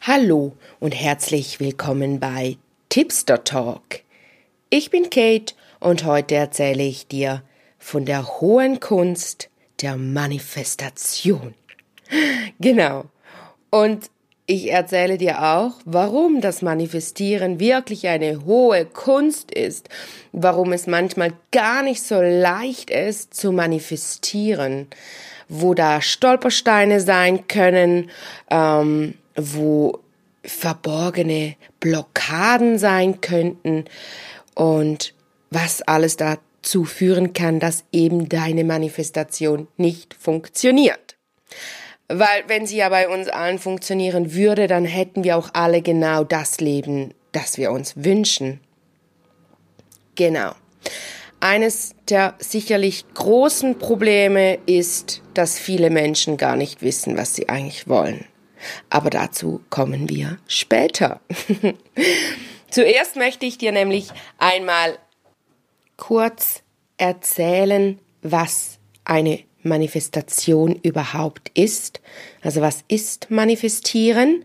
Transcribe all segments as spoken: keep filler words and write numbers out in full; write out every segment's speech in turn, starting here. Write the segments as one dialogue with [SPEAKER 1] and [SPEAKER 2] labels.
[SPEAKER 1] Hallo und herzlich willkommen bei Tipster Talk. Ich bin Kate und heute erzähle ich dir von der hohen Kunst der Manifestation. Genau. Und ich erzähle dir auch, warum das Manifestieren wirklich eine hohe Kunst ist, warum es manchmal gar nicht so leicht ist zu manifestieren, wo da Stolpersteine sein können, ähm, wo verborgene Blockaden sein könnten und was alles dazu führen kann, dass eben deine Manifestation nicht funktioniert. Weil wenn sie ja bei uns allen funktionieren würde, dann hätten wir auch alle genau das Leben, das wir uns wünschen. Genau. Eines der sicherlich großen Probleme ist, dass viele Menschen gar nicht wissen, was sie eigentlich wollen. Aber dazu kommen wir später. Zuerst möchte ich dir nämlich einmal kurz erzählen, was eine Manifestation überhaupt ist. Also was ist Manifestieren?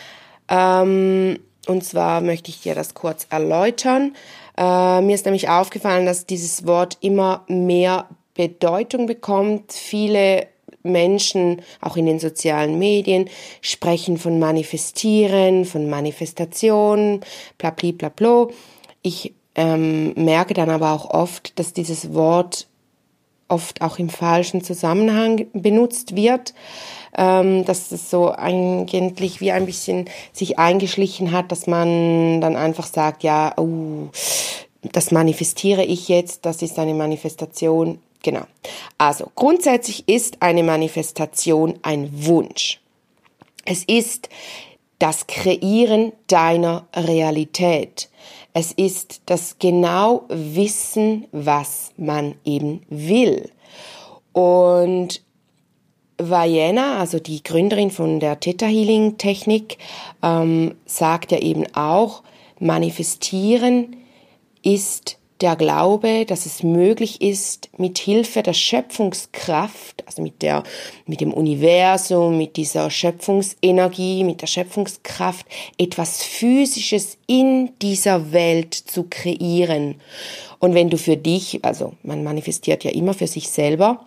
[SPEAKER 1] Ähm, und zwar möchte ich dir das kurz erläutern. Äh, mir ist nämlich aufgefallen, dass dieses Wort immer mehr Bedeutung bekommt. Viele Menschen, auch in den sozialen Medien, sprechen von Manifestieren, von Manifestation, bla bla bla bla. Ich ähm, merke dann aber auch oft, dass dieses Wort oft auch im falschen Zusammenhang benutzt wird, ähm, dass es so eigentlich wie ein bisschen sich eingeschlichen hat, dass man dann einfach sagt, ja, oh, das manifestiere ich jetzt, das ist eine Manifestation. Genau. Also grundsätzlich ist eine Manifestation ein Wunsch. Es ist das Kreieren deiner Realität. Es ist das genau Wissen, was man eben will. Und Vajana, also die Gründerin von der Theta Healing Technik, ähm, sagt ja eben auch, manifestieren ist der Glaube, dass es möglich ist, mit Hilfe der Schöpfungskraft, also mit der, mit dem Universum, mit dieser Schöpfungsenergie, mit der Schöpfungskraft, etwas Physisches in dieser Welt zu kreieren. Und wenn du für dich, also man manifestiert ja immer für sich selber,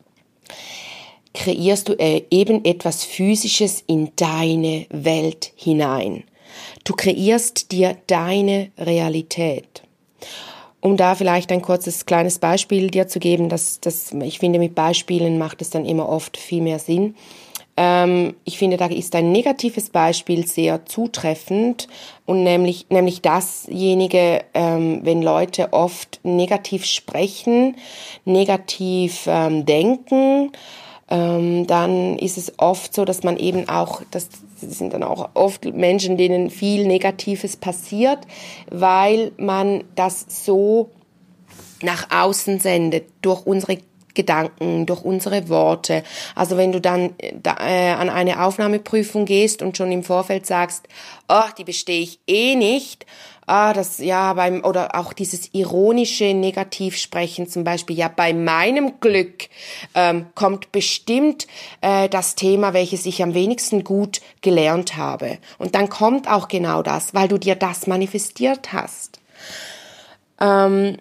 [SPEAKER 1] kreierst du eben etwas Physisches in deine Welt hinein. Du kreierst dir deine Realität. Um da vielleicht ein kurzes kleines Beispiel dir zu geben, das, das, ich finde, mit Beispielen macht es dann immer oft viel mehr Sinn. Ähm, ich finde, da ist ein negatives Beispiel sehr zutreffend und nämlich, nämlich dasjenige, ähm, wenn Leute oft negativ sprechen, negativ ähm, denken, ähm, dann ist es oft so, dass man eben auch, das sind dann auch oft Menschen, denen viel Negatives passiert, weil man das so nach außen sendet, durch unsere Gedanken, durch unsere Worte. Also wenn du dann da, äh, an eine Aufnahmeprüfung gehst und schon im Vorfeld sagst, oh, die bestehe ich eh nicht, ah, das, ja, beim, oder auch dieses ironische Negativsprechen zum Beispiel, ja, bei meinem Glück ähm, kommt bestimmt äh, das Thema, welches ich am wenigsten gut gelernt habe. Und dann kommt auch genau das, weil du dir das manifestiert hast. Ähm,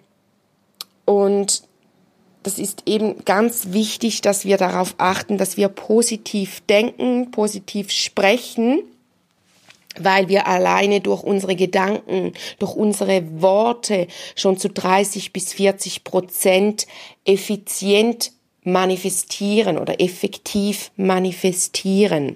[SPEAKER 1] und das ist eben ganz wichtig, dass wir darauf achten, dass wir positiv denken, positiv sprechen, weil wir alleine durch unsere Gedanken, durch unsere Worte schon zu dreißig bis vierzig Prozent effizient manifestieren oder effektiv manifestieren.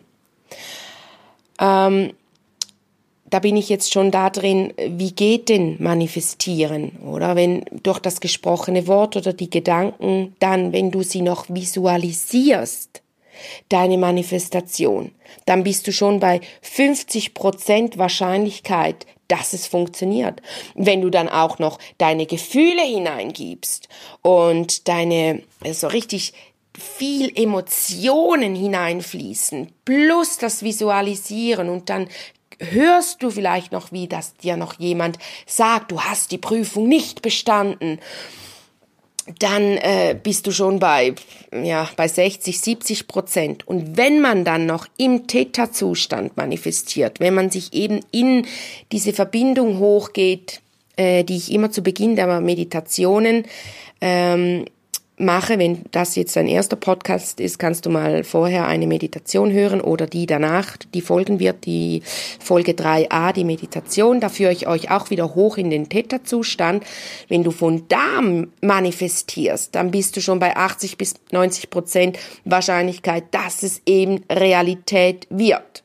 [SPEAKER 1] Ähm, da bin ich jetzt schon da drin, wie geht denn manifestieren, oder? Wenn durch das gesprochene Wort oder die Gedanken, dann, wenn du sie noch visualisierst, deine Manifestation, dann bist du schon bei fünfzig Prozent Wahrscheinlichkeit, dass es funktioniert. Wenn du dann auch noch deine Gefühle hineingibst und deine, so richtig viel Emotionen hineinfließen, plus das Visualisieren und dann hörst du vielleicht noch, wie das dir noch jemand sagt, du hast die Prüfung nicht bestanden. dann äh, bist du schon bei, ja, bei sechzig, siebzig Prozent. Und wenn man dann noch im Theta-Zustand manifestiert, wenn man sich eben in diese Verbindung hochgeht, äh, die ich immer zu Beginn der Meditationen ähm, mache, wenn das jetzt dein erster Podcast ist, kannst du mal vorher eine Meditation hören oder die danach, die folgen wird, die Folge drei a, die Meditation, da führe ich euch auch wieder hoch in den Theta-Zustand. Wenn du von da manifestierst, dann bist du schon bei achtzig bis neunzig Prozent Wahrscheinlichkeit, dass es eben Realität wird.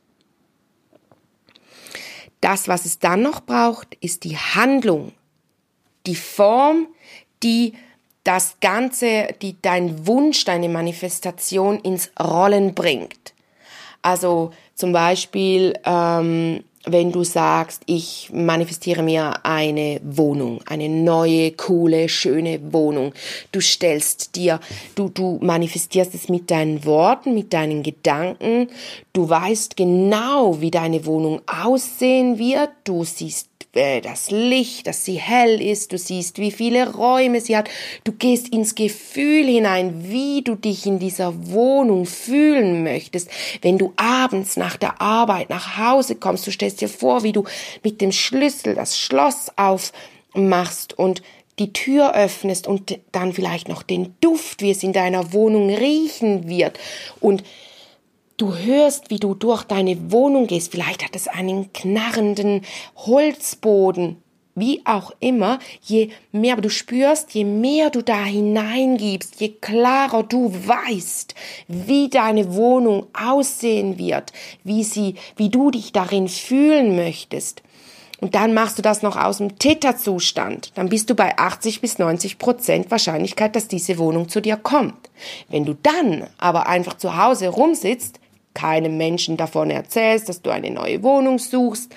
[SPEAKER 1] Das, was es dann noch braucht, ist die Handlung, die Form, die das Ganze, die dein Wunsch, deine Manifestation ins Rollen bringt. Also zum Beispiel, ähm, wenn du sagst, ich manifestiere mir eine Wohnung, eine neue, coole, schöne Wohnung. Du stellst dir, du, du manifestierst es mit deinen Worten, mit deinen Gedanken. Du weißt genau, wie deine Wohnung aussehen wird. Du siehst das Licht, dass sie hell ist, du siehst, wie viele Räume sie hat, du gehst ins Gefühl hinein, wie du dich in dieser Wohnung fühlen möchtest. Wenn du abends nach der Arbeit nach Hause kommst, du stellst dir vor, wie du mit dem Schlüssel das Schloss aufmachst und die Tür öffnest und dann vielleicht noch den Duft, wie es in deiner Wohnung riechen wird, und du hörst, wie du durch deine Wohnung gehst. Vielleicht hat es einen knarrenden Holzboden, wie auch immer. Je mehr du spürst, je mehr du da hineingibst, je klarer du weißt, wie deine Wohnung aussehen wird, wie sie, wie du dich darin fühlen möchtest. Und dann machst du das noch aus dem Theta-Zustand. Dann bist du bei achtzig bis neunzig Prozent Wahrscheinlichkeit, dass diese Wohnung zu dir kommt. Wenn du dann aber einfach zu Hause rumsitzt, keinem Menschen davon erzählst, dass du eine neue Wohnung suchst,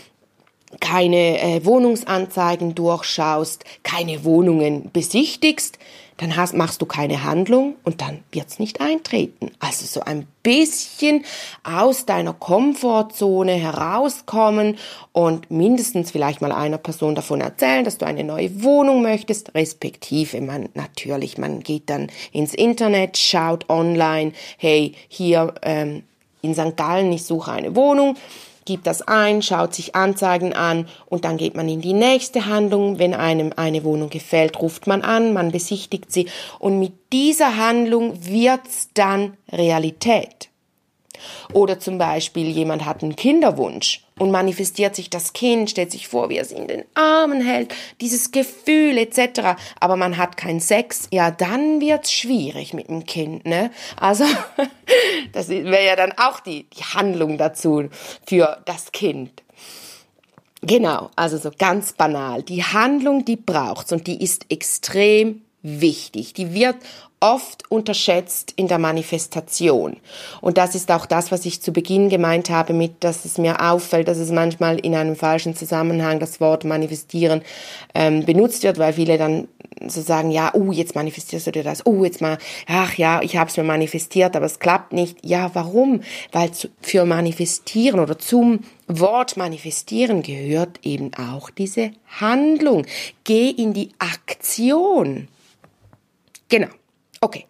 [SPEAKER 1] keine äh, Wohnungsanzeigen durchschaust, keine Wohnungen besichtigst, dann hast, machst du keine Handlung und dann wird's nicht eintreten. Also so ein bisschen aus deiner Komfortzone herauskommen und mindestens vielleicht mal einer Person davon erzählen, dass du eine neue Wohnung möchtest, respektive man natürlich, man geht dann ins Internet, schaut online, hey, hier ähm, in Sankt Gallen, ich suche eine Wohnung, gibt das ein, schaut sich Anzeigen an und dann geht man in die nächste Handlung. Wenn einem eine Wohnung gefällt, ruft man an, man besichtigt sie und mit dieser Handlung wird's dann Realität. Oder zum Beispiel jemand hat einen Kinderwunsch und manifestiert sich das Kind, stellt sich vor, wie er es in den Armen hält, dieses Gefühl et cetera. Aber man hat keinen Sex, ja, dann wird's schwierig mit dem Kind, ne? Also das wäre ja dann auch die, die Handlung dazu für das Kind. Genau, also so ganz banal. Die Handlung, die braucht's und die ist extrem wichtig. Die wird oft unterschätzt in der Manifestation. Und das ist auch das, was ich zu Beginn gemeint habe mit, dass es mir auffällt, dass es manchmal in einem falschen Zusammenhang das Wort manifestieren ähm, benutzt wird, weil viele dann so sagen, ja, oh, jetzt manifestierst du dir das, oh, jetzt mal, ach ja, ich habe es mir manifestiert, aber es klappt nicht. Ja, warum? Weil zu, für manifestieren oder zum Wort manifestieren gehört eben auch diese Handlung. Geh in die Aktion. Genau. Okay.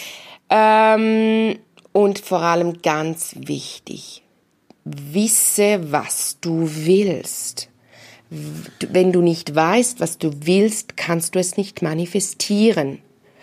[SPEAKER 1] Ähm, und vor allem ganz wichtig, wisse, was du willst. Wenn du nicht weißt, was du willst, kannst du es nicht manifestieren.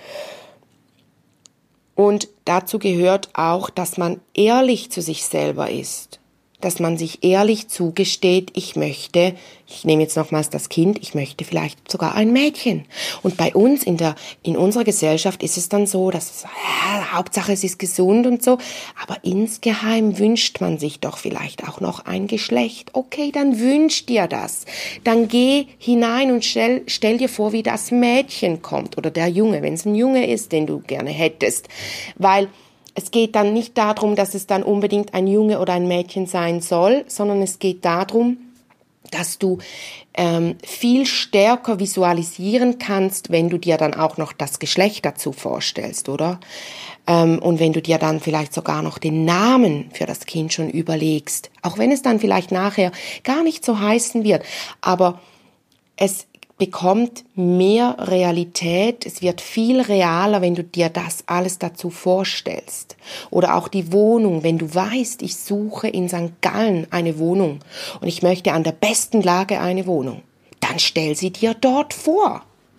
[SPEAKER 1] Und dazu gehört auch, dass man ehrlich zu sich selber ist. Dass man sich ehrlich zugesteht, ich möchte, ich nehme jetzt nochmals das Kind, ich möchte vielleicht sogar ein Mädchen. Und bei uns in der, in unserer Gesellschaft ist es dann so, dass ja, Hauptsache es ist gesund und so, aber insgeheim wünscht man sich doch vielleicht auch noch ein Geschlecht. Okay, dann wünsch dir das. Dann geh hinein und stell, stell dir vor, wie das Mädchen kommt oder der Junge, wenn es ein Junge ist, den du gerne hättest. Weil es geht dann nicht darum, dass es dann unbedingt ein Junge oder ein Mädchen sein soll, sondern es geht darum, dass du ähm, viel stärker visualisieren kannst, wenn du dir dann auch noch das Geschlecht dazu vorstellst, oder? Ähm, und wenn du dir dann vielleicht sogar noch den Namen für das Kind schon überlegst, auch wenn es dann vielleicht nachher gar nicht so heißen wird, aber es bekommt mehr Realität, es wird viel realer, wenn du dir das alles dazu vorstellst. Oder auch die Wohnung, wenn du weißt, ich suche in Sankt Gallen eine Wohnung und ich möchte an der besten Lage eine Wohnung, dann stell sie dir dort vor.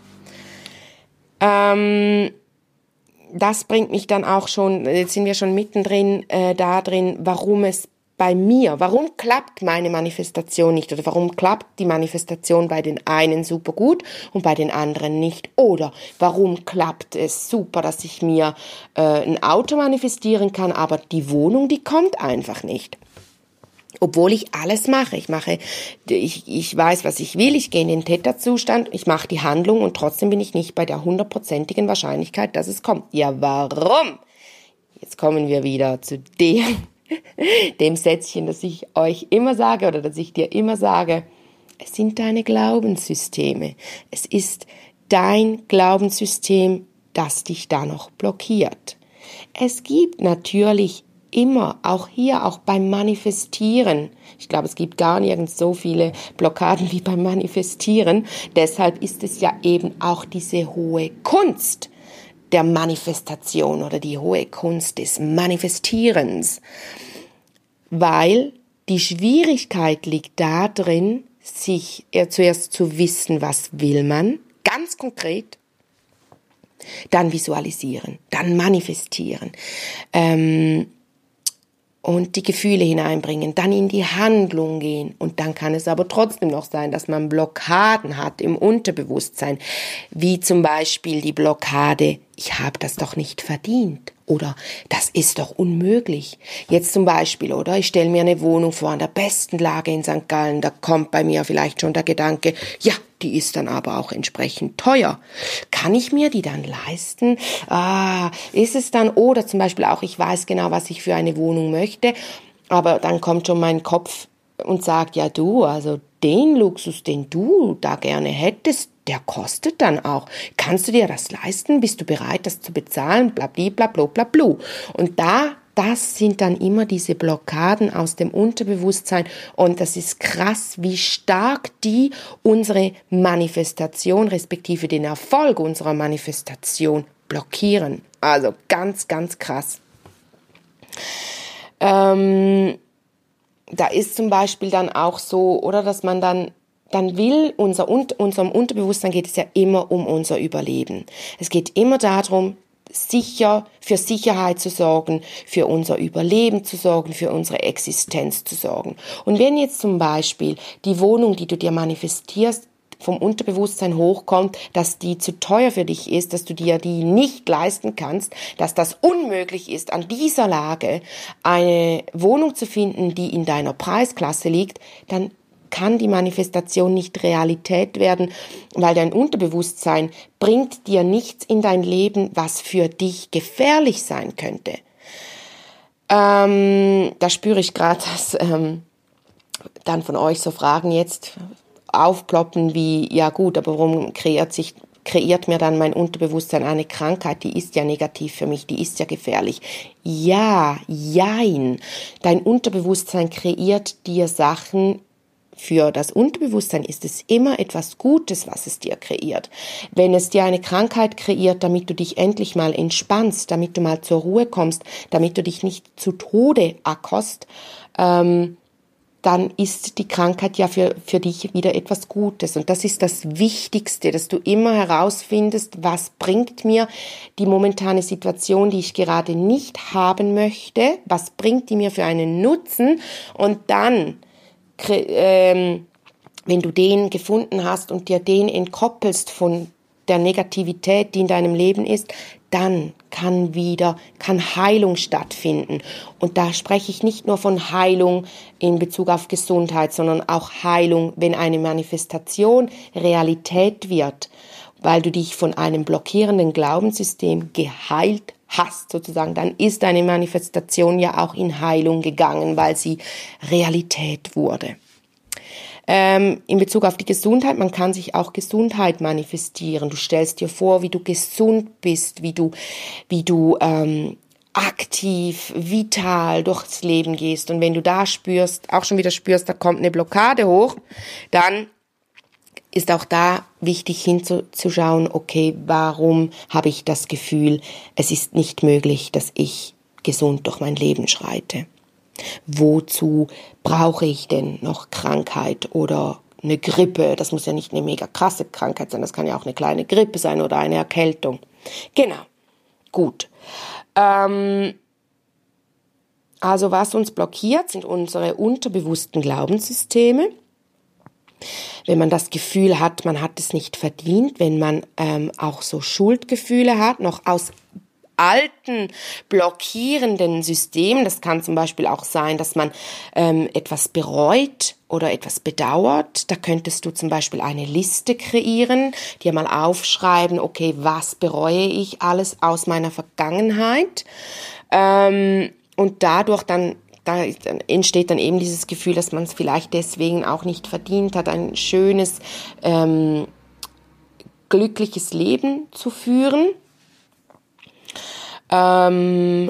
[SPEAKER 1] Ähm, das bringt mich dann auch schon, jetzt sind wir schon mittendrin äh, da drin, warum es bei mir, warum klappt meine Manifestation nicht oder warum klappt die Manifestation bei den einen super gut und bei den anderen nicht oder warum klappt es super, dass ich mir äh, ein Auto manifestieren kann, aber die Wohnung, die kommt einfach nicht. Obwohl ich alles mache. Ich mache, ich, ich weiß, was ich will, ich gehe in den Theta-Zustand, ich mache die Handlung und trotzdem bin ich nicht bei der hundertprozentigen Wahrscheinlichkeit, dass es kommt. Ja, warum? Jetzt kommen wir wieder zu dem, dem Sätzchen, das ich euch immer sage oder das ich dir immer sage. Es sind deine Glaubenssysteme. Es ist dein Glaubenssystem, das dich da noch blockiert. Es gibt natürlich immer, auch hier, auch beim Manifestieren. Ich glaube, es gibt gar nirgends so viele Blockaden wie beim Manifestieren. Deshalb ist es ja eben auch diese hohe Kunst der Manifestation oder die hohe Kunst des Manifestierens. Weil die Schwierigkeit liegt darin, sich zuerst zu wissen, was will man, ganz konkret, dann visualisieren, dann manifestieren, ähm, und die Gefühle hineinbringen, dann in die Handlung gehen. Und dann kann es aber trotzdem noch sein, dass man Blockaden hat im Unterbewusstsein, wie zum Beispiel die Blockade, ich habe das doch nicht verdient oder das ist doch unmöglich. Jetzt zum Beispiel, oder ich stelle mir eine Wohnung vor an der besten Lage in Sankt Gallen, da kommt bei mir vielleicht schon der Gedanke, ja, die ist dann aber auch entsprechend teuer. Kann ich mir die dann leisten? Ah, ist es dann, oder zum Beispiel auch, ich weiß genau, was ich für eine Wohnung möchte, aber dann kommt schon mein Kopf und sagt, ja du, also den Luxus, den du da gerne hättest, der kostet dann auch. Kannst du dir das leisten? Bist du bereit, das zu bezahlen? Blablabla. Und da, das sind dann immer diese Blockaden aus dem Unterbewusstsein. Und das ist krass, wie stark die unsere Manifestation, respektive den Erfolg unserer Manifestation blockieren. Also ganz, ganz krass. Ähm, da ist zum Beispiel dann auch so, oder dass man dann dann will, unser, unserem Unterbewusstsein geht es ja immer um unser Überleben. Es geht immer darum, sicher, für Sicherheit zu sorgen, für unser Überleben zu sorgen, für unsere Existenz zu sorgen. Und wenn jetzt zum Beispiel die Wohnung, die du dir manifestierst, vom Unterbewusstsein hochkommt, dass die zu teuer für dich ist, dass du dir die nicht leisten kannst, dass das unmöglich ist, an dieser Lage eine Wohnung zu finden, die in deiner Preisklasse liegt, dann kann die Manifestation nicht Realität werden, weil dein Unterbewusstsein bringt dir nichts in dein Leben, was für dich gefährlich sein könnte. Ähm, da spüre ich gerade, dass ähm, dann von euch so Fragen jetzt aufploppen wie, ja gut, aber warum kreiert sich kreiert mir dann mein Unterbewusstsein eine Krankheit, die ist ja negativ für mich, die ist ja gefährlich. Ja, jein. Dein Unterbewusstsein kreiert dir Sachen. Für das Unterbewusstsein ist es immer etwas Gutes, was es dir kreiert. Wenn es dir eine Krankheit kreiert, damit du dich endlich mal entspannst, damit du mal zur Ruhe kommst, damit du dich nicht zu Tode ackerst, ähm, dann ist die Krankheit ja für, für dich wieder etwas Gutes. Und das ist das Wichtigste, dass du immer herausfindest, was bringt mir die momentane Situation, die ich gerade nicht haben möchte, was bringt die mir für einen Nutzen, und dann Ähm, wenn du den gefunden hast und dir den entkoppelst von der Negativität, die in deinem Leben ist, dann kann wieder, kann Heilung stattfinden. Und da spreche ich nicht nur von Heilung in Bezug auf Gesundheit, sondern auch Heilung, wenn eine Manifestation Realität wird, weil du dich von einem blockierenden Glaubenssystem geheilt hast, sozusagen, dann ist deine Manifestation ja auch in Heilung gegangen, weil sie Realität wurde. Ähm, in Bezug auf die Gesundheit, man kann sich auch Gesundheit manifestieren. Du stellst dir vor, wie du gesund bist, wie du, wie du ähm, aktiv, vital durchs Leben gehst. Und wenn du da spürst, auch schon wieder spürst, da kommt eine Blockade hoch, dann ist auch da wichtig hinzuschauen, okay, warum habe ich das Gefühl, es ist nicht möglich, dass ich gesund durch mein Leben schreite? Wozu brauche ich denn noch Krankheit oder eine Grippe? Das muss ja nicht eine mega krasse Krankheit sein, das kann ja auch eine kleine Grippe sein oder eine Erkältung. Genau, gut. Ähm, also was uns blockiert, sind unsere unterbewussten Glaubenssysteme. Wenn man das Gefühl hat, man hat es nicht verdient, wenn man ähm, auch so Schuldgefühle hat, noch aus alten, blockierenden Systemen. Das kann zum Beispiel auch sein, dass man ähm, etwas bereut oder etwas bedauert. Da könntest du zum Beispiel eine Liste kreieren, dir mal aufschreiben, okay, was bereue ich alles aus meiner Vergangenheit? Ähm, und dadurch dann Da entsteht dann eben dieses Gefühl, dass man es vielleicht deswegen auch nicht verdient hat, ein schönes, ähm, glückliches Leben zu führen. Ähm,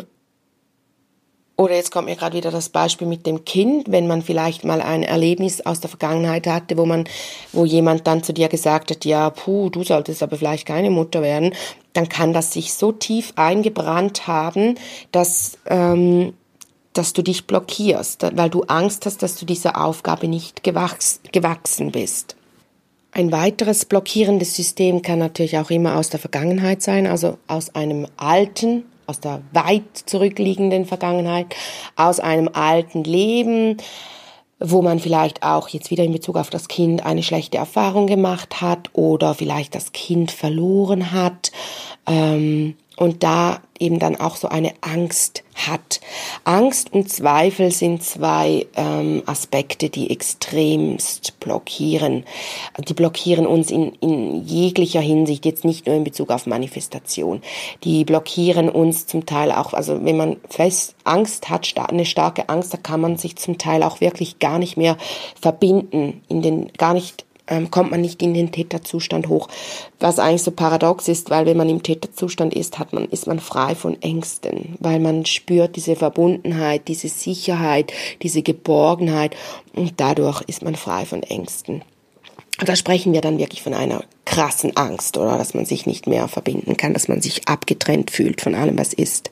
[SPEAKER 1] oder jetzt kommt mir gerade wieder das Beispiel mit dem Kind, wenn man vielleicht mal ein Erlebnis aus der Vergangenheit hatte, wo man, wo jemand dann zu dir gesagt hat, ja, puh, du solltest aber vielleicht keine Mutter werden, dann kann das sich so tief eingebrannt haben, dass ähm, dass du dich blockierst, weil du Angst hast, dass du dieser Aufgabe nicht gewachs- gewachsen bist. Ein weiteres blockierendes System kann natürlich auch immer aus der Vergangenheit sein, also aus einem alten, aus der weit zurückliegenden Vergangenheit, aus einem alten Leben, wo man vielleicht auch jetzt wieder in Bezug auf das Kind eine schlechte Erfahrung gemacht hat oder vielleicht das Kind verloren hat, ähm, und da eben dann auch so eine Angst hat. Angst und Zweifel sind zwei ähm, Aspekte, die extremst blockieren. Die blockieren uns in, in jeglicher Hinsicht, jetzt nicht nur in Bezug auf Manifestation. Die blockieren uns zum Teil auch, also wenn man fest Angst hat, eine starke Angst, da kann man sich zum Teil auch wirklich gar nicht mehr verbinden, in den, gar nicht Ähm, kommt man nicht in den Theta-Zustand hoch, was eigentlich so paradox ist, weil wenn man im Theta-Zustand ist, hat man, ist man frei von Ängsten, weil man spürt diese Verbundenheit, diese Sicherheit, diese Geborgenheit und dadurch ist man frei von Ängsten. Und da sprechen wir dann wirklich von einer krassen Angst, oder dass man sich nicht mehr verbinden kann, dass man sich abgetrennt fühlt von allem, was ist.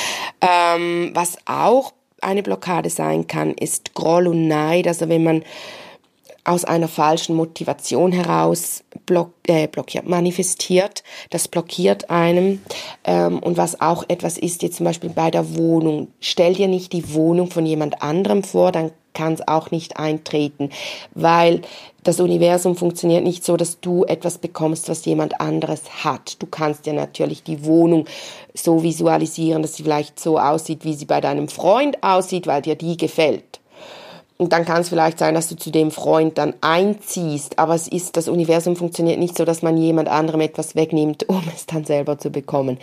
[SPEAKER 1] Ähm, was auch eine Blockade sein kann, ist Groll und Neid, also wenn man aus einer falschen Motivation heraus block, äh, blockiert, manifestiert. Das blockiert einem. Ähm, und was auch etwas ist, jetzt zum Beispiel bei der Wohnung. Stell dir nicht die Wohnung von jemand anderem vor, dann kann es auch nicht eintreten. Weil das Universum funktioniert nicht so, dass du etwas bekommst, was jemand anderes hat. Du kannst dir natürlich die Wohnung so visualisieren, dass sie vielleicht so aussieht, wie sie bei deinem Freund aussieht, weil dir die gefällt. Und dann kann es vielleicht sein, dass du zu dem Freund dann einziehst, aber es ist, das Universum funktioniert nicht so, dass man jemand anderem etwas wegnimmt, um es dann selber zu bekommen.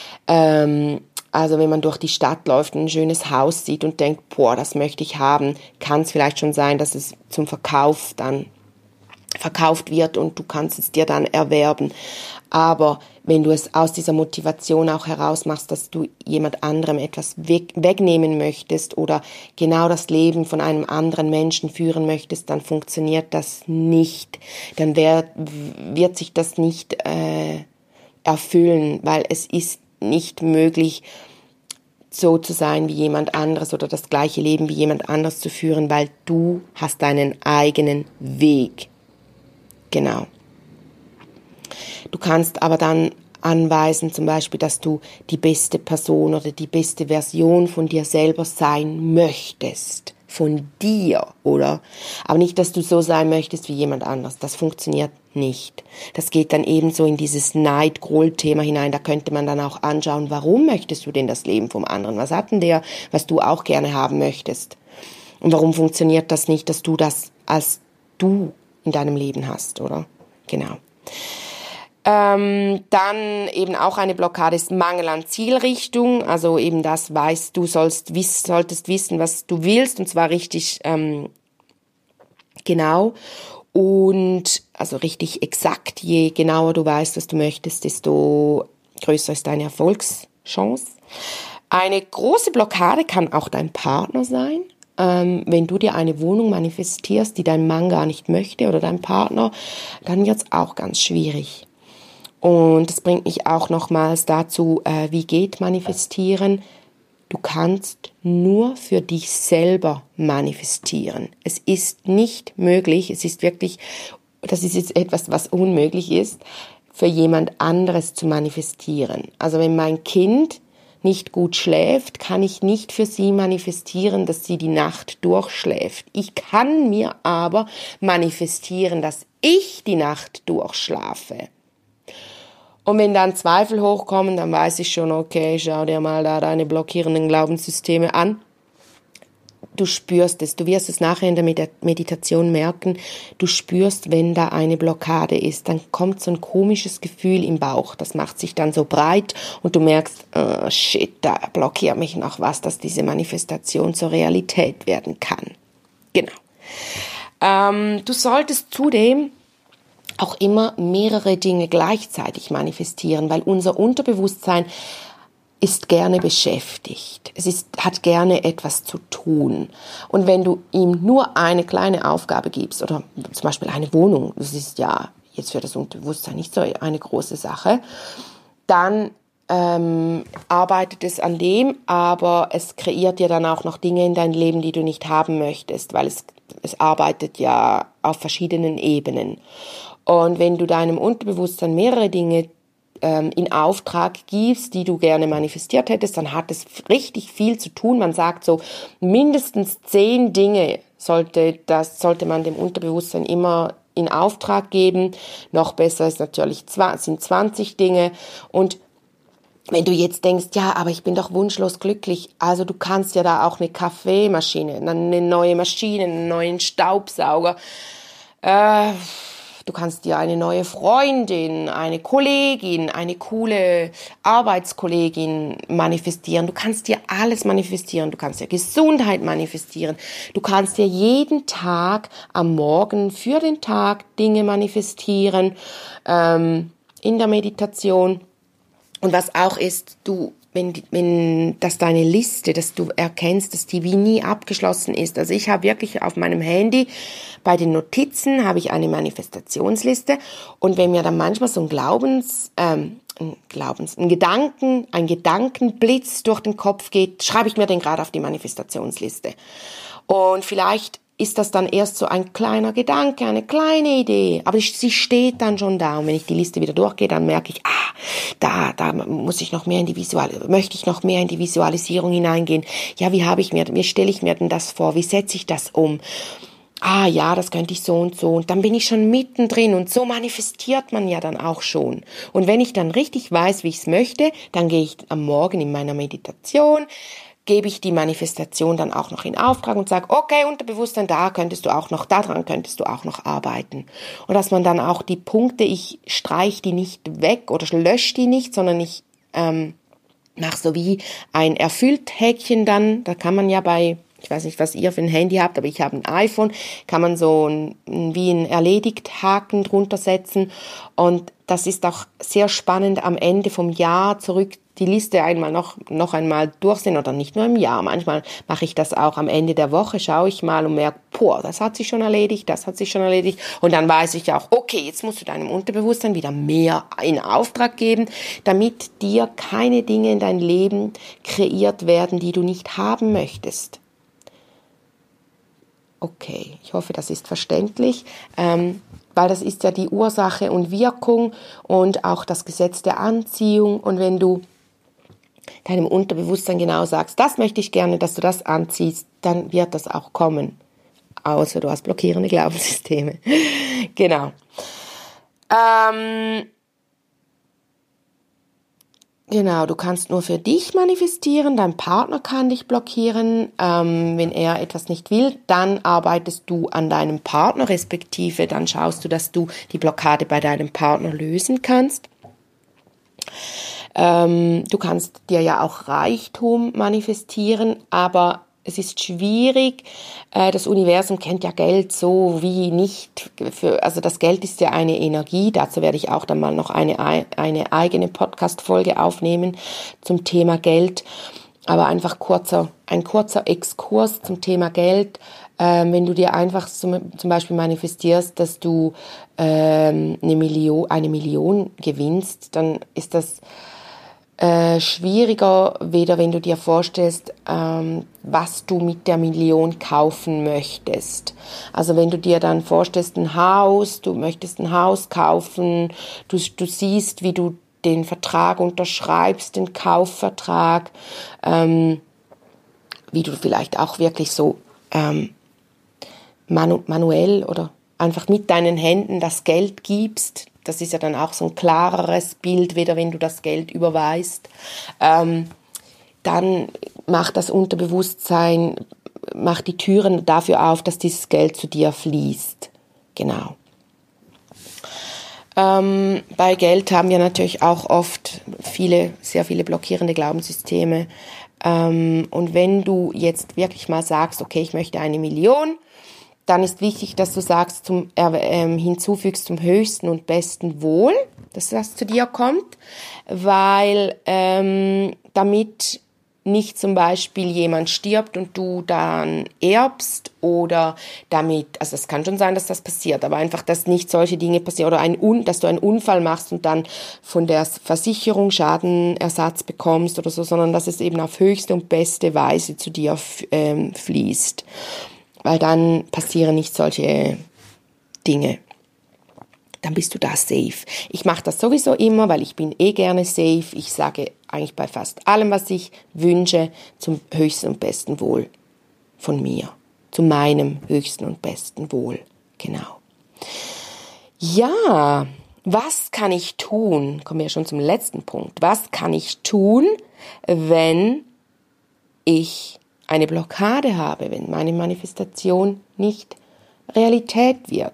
[SPEAKER 1] Ähm, also wenn man durch die Stadt läuft und ein schönes Haus sieht und denkt, boah, das möchte ich haben, kann es vielleicht schon sein, dass es zum Verkauf dann verkauft wird und du kannst es dir dann erwerben. Aber wenn du es aus dieser Motivation auch heraus machst, dass du jemand anderem etwas weg, wegnehmen möchtest oder genau das Leben von einem anderen Menschen führen möchtest, dann funktioniert das nicht. Dann wär, wird sich das nicht äh, erfüllen, weil es ist nicht möglich, so zu sein wie jemand anderes oder das gleiche Leben wie jemand anderes zu führen, weil du hast deinen eigenen Weg. Genau. Du kannst aber dann anweisen, zum Beispiel, dass du die beste Person oder die beste Version von dir selber sein möchtest. Von dir, oder? Aber nicht, dass du so sein möchtest wie jemand anderes. Das funktioniert nicht. Das geht dann ebenso in dieses Neid-Groll-Thema hinein. Da könnte man dann auch anschauen, warum möchtest du denn das Leben vom anderen? Was hat denn der, was du auch gerne haben möchtest? Und warum funktioniert das nicht, dass du das als du in deinem Leben hast, oder? Genau. Ähm, dann eben auch eine Blockade ist Mangel an Zielrichtung, also eben das weißt, du sollst wiss, solltest wissen, was du willst, und zwar richtig ähm, genau und also richtig exakt. Je genauer du weißt, was du möchtest, desto größer ist deine Erfolgschance. Eine große Blockade kann auch dein Partner sein. ähm, wenn du dir eine Wohnung manifestierst, die dein Mann gar nicht möchte oder dein Partner, dann wird es auch ganz schwierig. Und das bringt mich auch nochmals dazu, äh, wie geht Manifestieren? Du kannst nur für dich selber manifestieren. Es ist nicht möglich, es ist wirklich, das ist jetzt etwas, was unmöglich ist, für jemand anderes zu manifestieren. Also wenn mein Kind nicht gut schläft, kann ich nicht für sie manifestieren, dass sie die Nacht durchschläft. Ich kann mir aber manifestieren, dass ich die Nacht durchschlafe. Und wenn dann Zweifel hochkommen, dann weiß ich schon, okay, schau dir mal da deine blockierenden Glaubenssysteme an. Du spürst es, du wirst es nachher in der Meditation merken, du spürst, wenn da eine Blockade ist, dann kommt so ein komisches Gefühl im Bauch, das macht sich dann so breit und du merkst, oh shit, da blockiert mich noch was, dass diese Manifestation zur Realität werden kann. Genau. Ähm, du solltest zudem auch immer mehrere Dinge gleichzeitig manifestieren, weil unser Unterbewusstsein ist gerne beschäftigt. Es ist, hat gerne etwas zu tun. Und wenn du ihm nur eine kleine Aufgabe gibst, oder zum Beispiel eine Wohnung, das ist ja jetzt für das Unterbewusstsein nicht so eine große Sache, dann ähm, arbeitet es an dem, aber es kreiert dir dann auch noch Dinge in dein Leben, die du nicht haben möchtest, weil es, es arbeitet ja auf verschiedenen Ebenen. Und wenn du deinem Unterbewusstsein mehrere Dinge ähm, in Auftrag gibst, die du gerne manifestiert hättest, dann hat es richtig viel zu tun. Man sagt so, mindestens zehn Dinge sollte, das sollte man dem Unterbewusstsein immer in Auftrag geben. Noch besser ist natürlich, sind zwanzig Dinge. Und wenn du jetzt denkst, ja, aber ich bin doch wunschlos glücklich, also du kannst ja da auch eine Kaffeemaschine, eine neue Maschine, einen neuen Staubsauger, äh, du kannst dir eine neue Freundin, eine Kollegin, eine coole Arbeitskollegin manifestieren. Du kannst dir alles manifestieren. Du kannst dir Gesundheit manifestieren. Du kannst dir jeden Tag am Morgen für den Tag Dinge manifestieren ähm, in der Meditation. Und was auch ist, du wenn, wenn das deine Liste, dass du erkennst, dass die wie nie abgeschlossen ist. Also ich habe wirklich auf meinem Handy, bei den Notizen habe ich eine Manifestationsliste und wenn mir dann manchmal so ein Glaubens, ähm, ein Glaubens, ein Gedanken, ein Gedankenblitz durch den Kopf geht, schreibe ich mir den gerade auf die Manifestationsliste. Und vielleicht ist das dann erst so ein kleiner Gedanke, eine kleine Idee, aber sie steht dann schon da und wenn ich die Liste wieder durchgehe, dann merke ich, ah, da, da muss ich noch mehr in die Visual, möchte ich noch mehr in die Visualisierung hineingehen. Ja, wie habe ich mir, wie stelle ich mir denn das vor? Wie setze ich das um? Ah, ja, das könnte ich so und so und dann bin ich schon mittendrin und so manifestiert man ja dann auch schon. Und wenn ich dann richtig weiß, wie ich es möchte, dann gehe ich am Morgen in meiner Meditation, gebe ich die Manifestation dann auch noch in Auftrag und sage, okay, Unterbewusstsein, da könntest du auch noch, daran könntest du auch noch arbeiten. Und dass man dann auch die Punkte, ich streiche die nicht weg oder lösche die nicht, sondern ich ähm, mache so wie ein Erfüllt-Häkchen dann, da kann man ja bei, ich weiß nicht, was ihr für ein Handy habt, aber ich habe ein iPhone, kann man so ein, wie ein Erledigt-Haken drunter setzen und das ist auch sehr spannend am Ende vom Jahr zurück die Liste einmal noch, noch einmal durchsehen oder nicht nur im Jahr. Manchmal mache ich das auch am Ende der Woche, schaue ich mal und merke, boah, das hat sich schon erledigt, das hat sich schon erledigt. Und dann weiß ich auch, okay, jetzt musst du deinem Unterbewusstsein wieder mehr in Auftrag geben, damit dir keine Dinge in dein Leben kreiert werden, die du nicht haben möchtest. Okay, ich hoffe, das ist verständlich. Ähm, weil das ist ja die Ursache und Wirkung und auch das Gesetz der Anziehung. Und wenn du deinem Unterbewusstsein genau sagst, das möchte ich gerne, dass du das anziehst, dann wird das auch kommen. Außer du hast blockierende Glaubenssysteme. Genau. Ähm, genau, du kannst nur für dich manifestieren, dein Partner kann dich blockieren. Ähm, wenn er etwas nicht will, dann arbeitest du an deinem Partner, respektive dann schaust du, dass du die Blockade bei deinem Partner lösen kannst. Ähm, du kannst dir ja auch Reichtum manifestieren, aber es ist schwierig. Äh, das Universum kennt ja Geld so wie nicht. Für, also das Geld ist ja eine Energie. Dazu werde ich auch dann mal noch eine, eine eigene Podcast-Folge aufnehmen zum Thema Geld. Aber einfach kurzer, ein kurzer Exkurs zum Thema Geld. Ähm, wenn du dir einfach zum, zum Beispiel manifestierst, dass du ähm, eine Million, eine Million gewinnst, dann ist das äh, schwieriger, weder wenn du dir vorstellst, ähm, was du mit der Million kaufen möchtest. Also wenn du dir dann vorstellst, ein Haus, du möchtest ein Haus kaufen, du, du siehst, wie du den Vertrag unterschreibst, den Kaufvertrag, ähm, wie du vielleicht auch wirklich so ähm, manu- manuell oder einfach mit deinen Händen das Geld gibst. Das ist ja dann auch so ein klareres Bild, weder wenn du das Geld überweist. Ähm, dann macht das Unterbewusstsein, macht die Türen dafür auf, dass dieses Geld zu dir fließt. Genau. Ähm, bei Geld haben wir natürlich auch oft viele, sehr viele blockierende Glaubenssysteme. Ähm, und wenn du jetzt wirklich mal sagst, okay, ich möchte eine Million, dann ist wichtig, dass du sagst, zum, äh, hinzufügst zum höchsten und besten Wohl, dass das zu dir kommt, weil ähm, damit nicht zum Beispiel jemand stirbt und du dann erbst oder damit, also es kann schon sein, dass das passiert, aber einfach, dass nicht solche Dinge passieren oder ein Un, dass du einen Unfall machst und dann von der Versicherung Schadenersatz bekommst oder so, sondern dass es eben auf höchste und beste Weise zu dir ähm, fließt, weil dann passieren nicht solche Dinge. Dann bist du da safe. Ich mache das sowieso immer, weil ich bin eh gerne safe. Ich sage eigentlich bei fast allem, was ich wünsche, zum höchsten und besten Wohl von mir. Zu meinem höchsten und besten Wohl. Genau. Ja, was kann ich tun? Kommen wir schon zum letzten Punkt. Was kann ich tun, wenn ich eine Blockade habe, wenn meine Manifestation nicht Realität wird?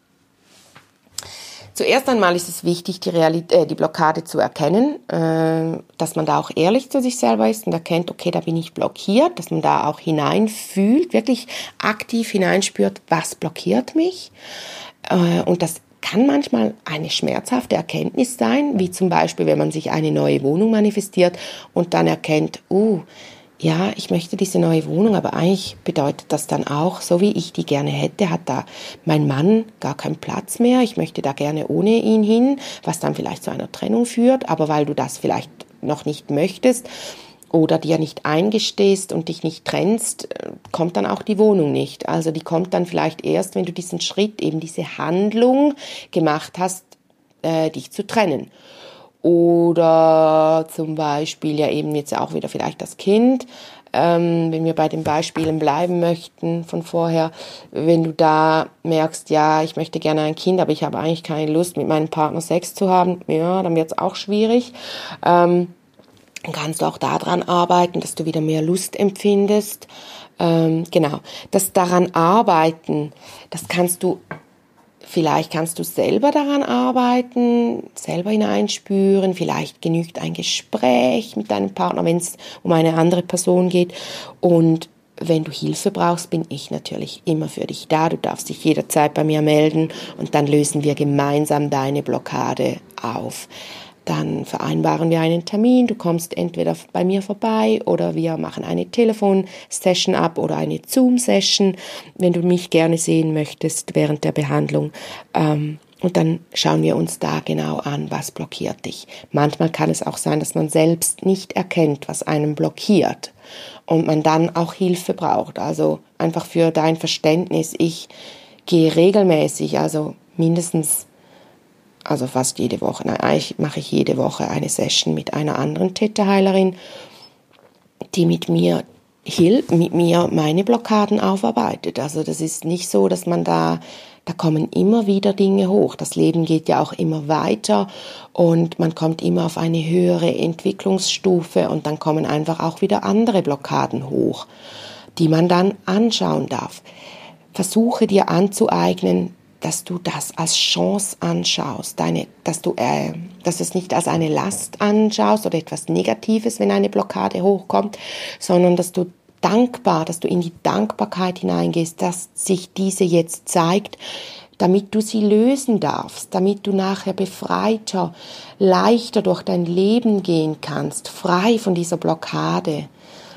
[SPEAKER 1] Zuerst einmal ist es wichtig, die, Realität, äh, die Blockade zu erkennen, äh, dass man da auch ehrlich zu sich selber ist und erkennt, okay, da bin ich blockiert, dass man da auch hineinfühlt, wirklich aktiv hineinspürt, was blockiert mich. Äh, und das kann manchmal eine schmerzhafte Erkenntnis sein, wie zum Beispiel, wenn man sich eine neue Wohnung manifestiert und dann erkennt, uh, ja, ich möchte diese neue Wohnung, aber eigentlich bedeutet das dann auch, so wie ich die gerne hätte, hat da mein Mann gar keinen Platz mehr. Ich möchte da gerne ohne ihn hin, was dann vielleicht zu einer Trennung führt, aber weil du das vielleicht noch nicht möchtest oder dir nicht eingestehst und dich nicht trennst, kommt dann auch die Wohnung nicht. Also die kommt dann vielleicht erst, wenn du diesen Schritt, eben diese Handlung gemacht hast, äh, dich zu trennen. Oder zum Beispiel ja eben jetzt auch wieder vielleicht das Kind, ähm, wenn wir bei den Beispielen bleiben möchten von vorher, wenn du da merkst, ja, ich möchte gerne ein Kind, aber ich habe eigentlich keine Lust, mit meinem Partner Sex zu haben, ja, dann wird es auch schwierig. Ähm, dann kannst du auch daran arbeiten, dass du wieder mehr Lust empfindest. Ähm, genau, das daran arbeiten, das kannst du Vielleicht kannst du selber daran arbeiten, selber hineinspüren. Vielleicht genügt ein Gespräch mit deinem Partner, wenn es um eine andere Person geht. Und wenn du Hilfe brauchst, bin ich natürlich immer für dich da. Du darfst dich jederzeit bei mir melden und dann lösen wir gemeinsam deine Blockade auf. Dann vereinbaren wir einen Termin, du kommst entweder bei mir vorbei oder wir machen eine Telefonsession ab oder eine Zoom-Session, wenn du mich gerne sehen möchtest während der Behandlung. Und dann schauen wir uns da genau an, was blockiert dich. Manchmal kann es auch sein, dass man selbst nicht erkennt, was einen blockiert und man dann auch Hilfe braucht. Also einfach für dein Verständnis, ich gehe regelmäßig, also mindestens Also fast jede Woche, nein, eigentlich mache ich jede Woche eine Session mit einer anderen Theta-Heilerin, die mit mir hilft, mit mir meine Blockaden aufarbeitet. Also das ist nicht so, dass man da, da kommen immer wieder Dinge hoch. Das Leben geht ja auch immer weiter und man kommt immer auf eine höhere Entwicklungsstufe und dann kommen einfach auch wieder andere Blockaden hoch, die man dann anschauen darf. Versuche dir anzueignen, dass du das als Chance anschaust, deine, dass du, äh, dass du es nicht als eine Last anschaust oder etwas Negatives, wenn eine Blockade hochkommt, sondern dass du dankbar, dass du in die Dankbarkeit hineingehst, dass sich diese jetzt zeigt, damit du sie lösen darfst, damit du nachher befreiter, leichter durch dein Leben gehen kannst, frei von dieser Blockade.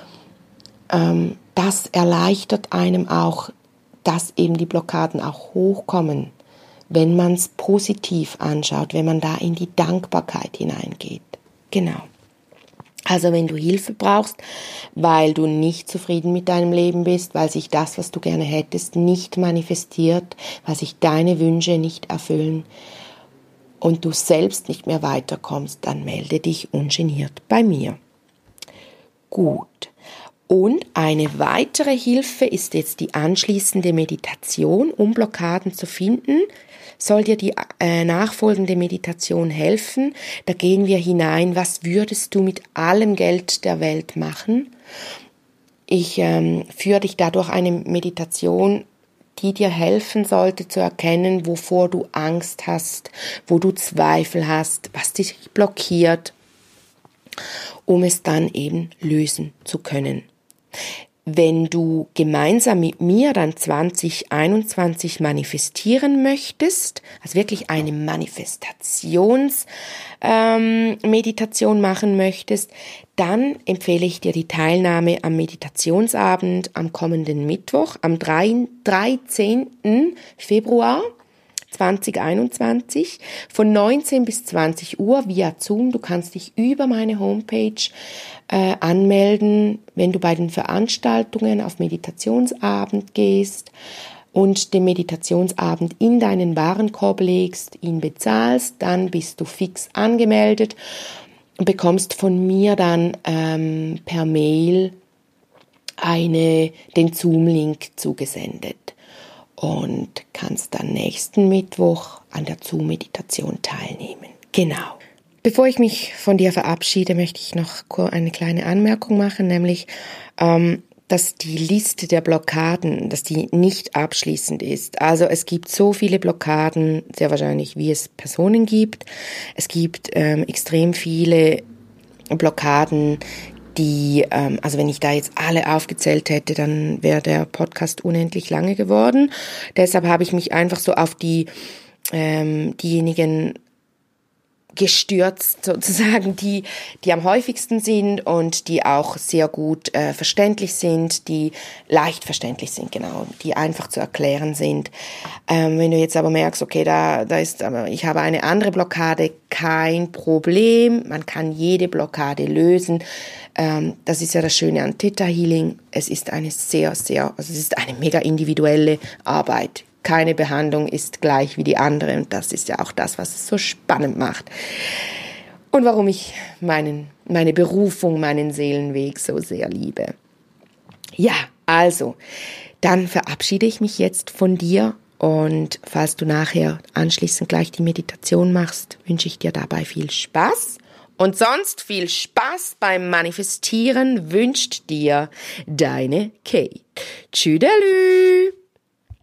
[SPEAKER 1] ähm, das erleichtert einem auch, dass eben die Blockaden auch hochkommen, wenn man es positiv anschaut, wenn man da in die Dankbarkeit hineingeht. Genau. Also wenn du Hilfe brauchst, weil du nicht zufrieden mit deinem Leben bist, weil sich das, was du gerne hättest, nicht manifestiert, weil sich deine Wünsche nicht erfüllen und du selbst nicht mehr weiterkommst, dann melde dich ungeniert bei mir. Gut. Und eine weitere Hilfe ist jetzt die anschließende Meditation, um Blockaden zu finden. Soll dir die äh, nachfolgende Meditation helfen? Da gehen wir hinein, was würdest du mit allem Geld der Welt machen? Ich ähm, führe dich dadurch eine Meditation, die dir helfen sollte zu erkennen, wovor du Angst hast, wo du Zweifel hast, was dich blockiert, um es dann eben lösen zu können. Wenn du gemeinsam mit mir dann zwanzig einundzwanzig manifestieren möchtest, also wirklich eine Manifestationsmeditation ähm, machen möchtest, dann empfehle ich dir die Teilnahme am Meditationsabend am kommenden Mittwoch, am dreizehnten Februar zwanzig einundzwanzig von neunzehn bis zwanzig Uhr via Zoom. Du kannst dich über meine Homepage äh, anmelden, wenn du bei den Veranstaltungen auf Meditationsabend gehst und den Meditationsabend in deinen Warenkorb legst, ihn bezahlst, dann bist du fix angemeldet und bekommst von mir dann ähm, per Mail eine, den Zoom-Link zugesendet. Und kannst dann nächsten Mittwoch an der Zoom-Meditation teilnehmen. Genau. Bevor ich mich von dir verabschiede, möchte ich noch eine kleine Anmerkung machen, nämlich, ähm, dass die Liste der Blockaden, dass die nicht abschließend ist. Also es gibt so viele Blockaden, sehr wahrscheinlich, wie es Personen gibt. Es gibt ähm, extrem viele Blockaden, die, ähm, also wenn ich da jetzt alle aufgezählt hätte, dann wäre der Podcast unendlich lange geworden. Deshalb habe ich mich einfach so auf die ähm, diejenigen gestürzt, sozusagen, die die am häufigsten sind und die auch sehr gut äh, verständlich sind, die leicht verständlich sind, genau, die einfach zu erklären sind. Ähm, wenn du jetzt aber merkst, okay, da da ist, aber ich habe eine andere Blockade, kein Problem, man kann jede Blockade lösen. Ähm, das ist ja das Schöne an Theta Healing. Es ist eine sehr, sehr, also es ist eine mega individuelle Arbeit. Keine Behandlung ist gleich wie die andere und das ist ja auch das, was es so spannend macht. Und warum ich meinen, meine Berufung, meinen Seelenweg so sehr liebe. Ja, also, dann verabschiede ich mich jetzt von dir und falls du nachher anschließend gleich die Meditation machst, wünsche ich dir dabei viel Spaß. Und sonst viel Spaß beim Manifestieren wünscht dir deine Kate. Tschüdelü!